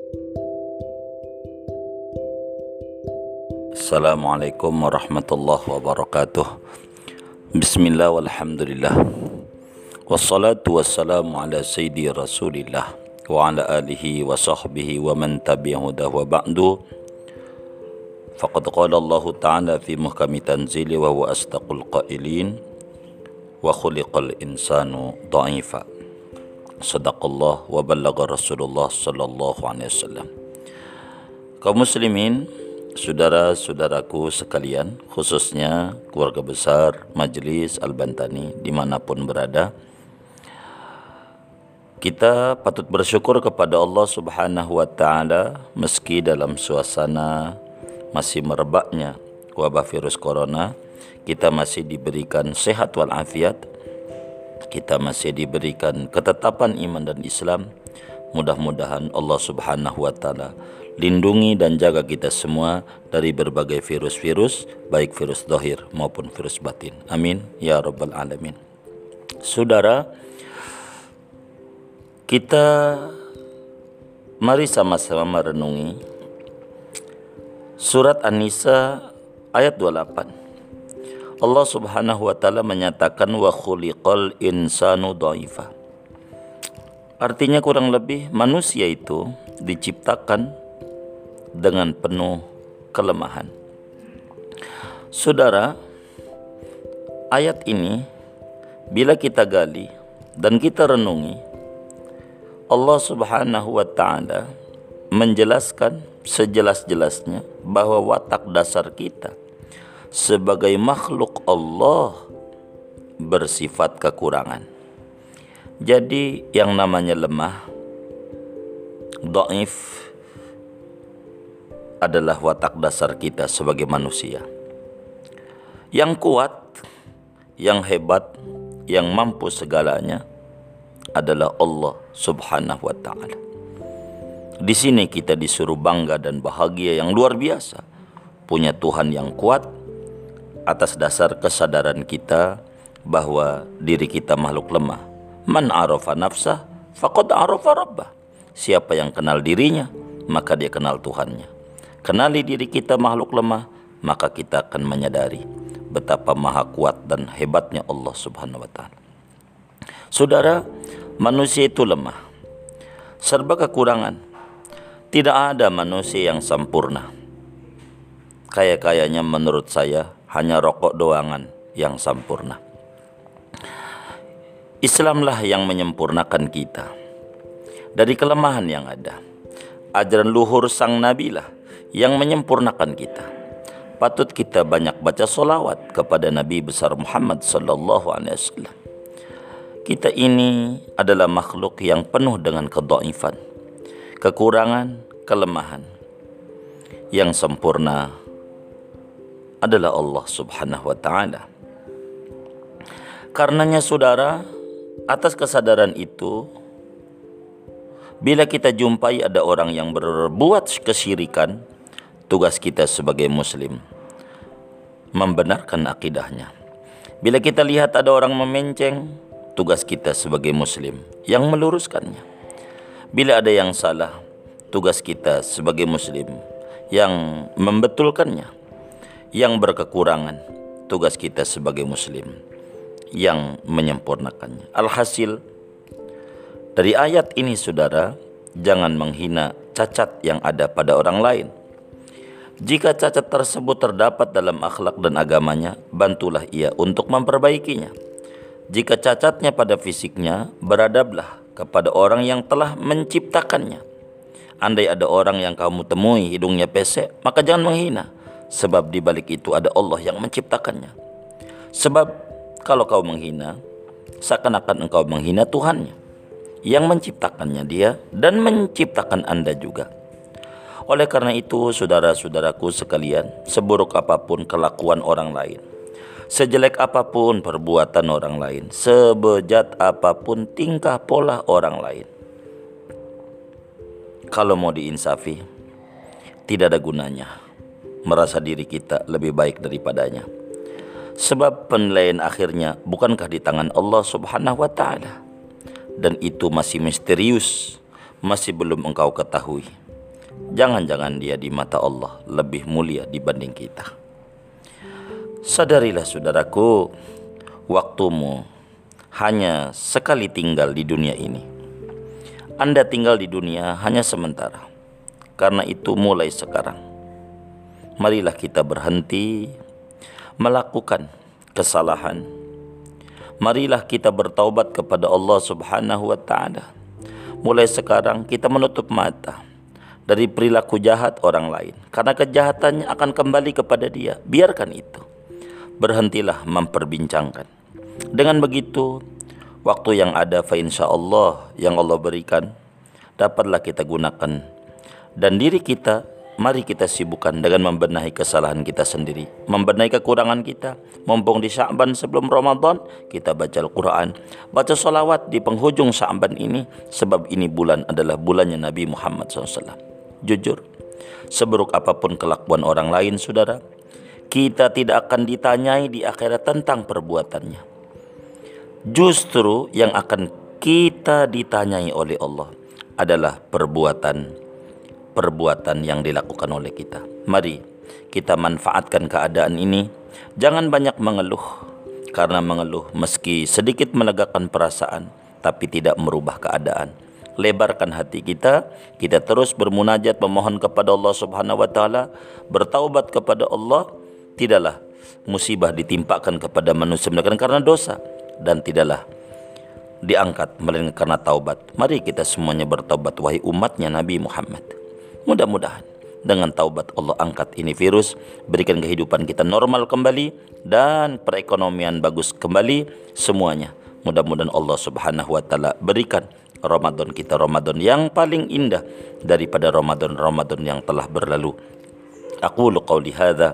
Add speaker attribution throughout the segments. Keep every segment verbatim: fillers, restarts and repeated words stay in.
Speaker 1: Assalamualaikum warahmatullahi wabarakatuh. Bismillah walhamdulillah. Wassalatu wassalamu ala sayyidi rasulillah wa ala alihi wa sahbihi wa man tabi'ahu wa ba'du. Faqad qala Allah ta'ala fi muhkami tanzili wa huwa asdaqul qailin wa khuliqal insanu dha'ifa. Sadaqallah wa ballagha Rasulullah sallallahu alaihi wasallam. Kaum muslimin, saudara-saudaraku sekalian, khususnya keluarga besar Majelis Al-Bantani dimanapun berada, kita patut bersyukur kepada Allah Subhanahu wa Ta'ala meski dalam suasana masih merebaknya wabah virus corona, kita masih diberikan sehat walafiat, kita masih diberikan ketetapan iman dan Islam. Mudah-mudahan Allah Subhanahu wa Ta'ala lindungi dan jaga kita semua dari berbagai virus-virus, baik virus zahir maupun virus batin. Amin ya rabbal alamin. Saudara, kita mari sama-sama merenungi surat An-Nisa ayat dua puluh delapan. Allah Subhanahu wa Ta'ala menyatakan wa khuliqal insanu dha'ifa. Artinya kurang lebih manusia itu diciptakan dengan penuh kelemahan. Saudara, ayat ini bila kita gali dan kita renungi, Allah Subhanahu wa Ta'ala menjelaskan sejelas-jelasnya bahwa watak dasar kita sebagai makhluk Allah bersifat kekurangan. Jadi yang namanya lemah, dhaif, adalah watak dasar kita sebagai manusia. Yang kuat, yang hebat, yang mampu segalanya adalah Allah Subhanahu wa Ta'ala. Di sini kita disuruh bangga dan bahagia yang luar biasa, punya Tuhan yang kuat, atas dasar kesadaran kita bahwa diri kita makhluk lemah. Man arafa nafsah faqad arafa rabbah. Siapa yang kenal dirinya, maka dia kenal Tuhannya. Kenali diri kita makhluk lemah, maka kita akan menyadari betapa maha kuat dan hebatnya Allah Subhanahu wa Ta'ala. Saudara, manusia itu lemah, serba kekurangan. Tidak ada manusia yang sempurna. Kaya-kayanya menurut saya hanya rokok doangan yang sempurna. Islamlah yang menyempurnakan kita dari kelemahan yang ada. Ajaran luhur sang Nabi lah yang menyempurnakan kita. Patut kita banyak baca solawat kepada Nabi besar Muhammad sallallahu alaihi wasallam. Kita ini adalah makhluk yang penuh dengan kedhaifan, kekurangan, kelemahan. Yang sempurna adalah Allah Subhanahu wa Ta'ala. Karenanya saudara, atas kesadaran itu, bila kita jumpai ada orang yang berbuat kesyirikan, tugas kita sebagai muslim membenarkan akidahnya. Bila kita lihat ada orang memenceng, tugas kita sebagai muslim yang meluruskannya. Bila ada yang salah, tugas kita sebagai muslim yang membetulkannya. Yang berkekurangan, tugas kita sebagai muslim yang menyempurnakannya. Alhasil dari ayat ini saudara, jangan menghina cacat yang ada pada orang lain. Jika cacat tersebut terdapat dalam akhlak dan agamanya, bantulah ia untuk memperbaikinya. Jika cacatnya pada fisiknya, beradablah kepada orang yang telah menciptakannya. Andai ada orang yang kamu temui hidungnya pesek, maka jangan menghina, sebab di balik itu ada Allah yang menciptakannya. Sebab kalau kau menghina, seakan-akan engkau menghina Tuhannya yang menciptakannya dia dan menciptakan Anda juga. Oleh karena itu, saudara-saudaraku sekalian, seburuk apapun kelakuan orang lain, sejelek apapun perbuatan orang lain, sebejat apapun tingkah pola orang lain, kalau mau diinsafi, tidak ada gunanya merasa diri kita lebih baik daripadanya. Sebab penilaian akhirnya bukankah di tangan Allah Subhanahu wa Ta'ala? Dan itu masih misterius, masih belum engkau ketahui. Jangan-jangan dia di mata Allah lebih mulia dibanding kita. Sadarilah saudaraku, waktumu hanya sekali tinggal di dunia ini. Anda tinggal di dunia hanya sementara. Karena itu mulai sekarang, marilah kita berhenti melakukan kesalahan. Marilah kita bertaubat kepada Allah Subhanahu wa taala. Mulai sekarang kita menutup mata dari perilaku jahat orang lain, karena kejahatannya akan kembali kepada dia. Biarkan itu. Berhentilah memperbincangkan. Dengan begitu, waktu yang ada fa insyaallah yang Allah berikan dapatlah kita gunakan, dan diri kita mari kita sibukkan dengan membenahi kesalahan kita sendiri, membenahi kekurangan kita. Mumpung di Sya'ban sebelum Ramadan, kita baca Al-Quran, baca salawat di penghujung Sya'ban ini, sebab ini bulan adalah bulannya Nabi Muhammad shallallahu alaihi wasallam. Jujur, seburuk apapun kelakuan orang lain, saudara, kita tidak akan ditanyai di akhirat tentang perbuatannya. Justru yang akan kita ditanyai oleh Allah adalah perbuatan perbuatan yang dilakukan oleh kita. Mari kita manfaatkan keadaan ini. Jangan banyak mengeluh, karena mengeluh meski sedikit melegakan perasaan tapi tidak merubah keadaan. Lebarkan hati kita, kita terus bermunajat memohon kepada Allah Subhanahu wa taala, bertaubat kepada Allah. Tidaklah musibah ditimpakan kepada manusia melainkan karena dosa, dan tidaklah diangkat melainkan karena taubat. Mari kita semuanya bertaubat wahai umatnya Nabi Muhammad. Mudah-mudahan dengan taubat Allah angkat ini virus, berikan kehidupan kita normal kembali dan perekonomian bagus kembali semuanya. Mudah-mudahan Allah Subhanahu wa taala berikan Ramadan kita Ramadan yang paling indah daripada Ramadan-Ramadan yang telah berlalu. Aqulu qawli hadza.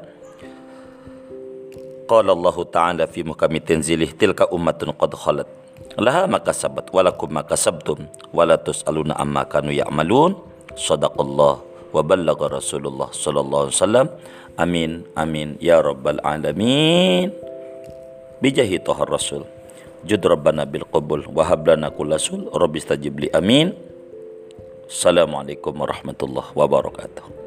Speaker 1: Qala Allah Ta'ala fi muhkami tanzilih, tilka ummatun qad khalat laha ma kasabat wa lakum ma kasabtum wa la tus'aluna amma kanu ya'malun. Shadaqallah wa ballagha Rasulullah sallallahu alaihi wasallam. Amin amin ya rabbal alamin. Bijahi tahar Rasul. Jud rabbana bil qabul wa hab lana kullasul rabbi stajib li amin. Assalamualaikum warahmatullahi wabarakatuh.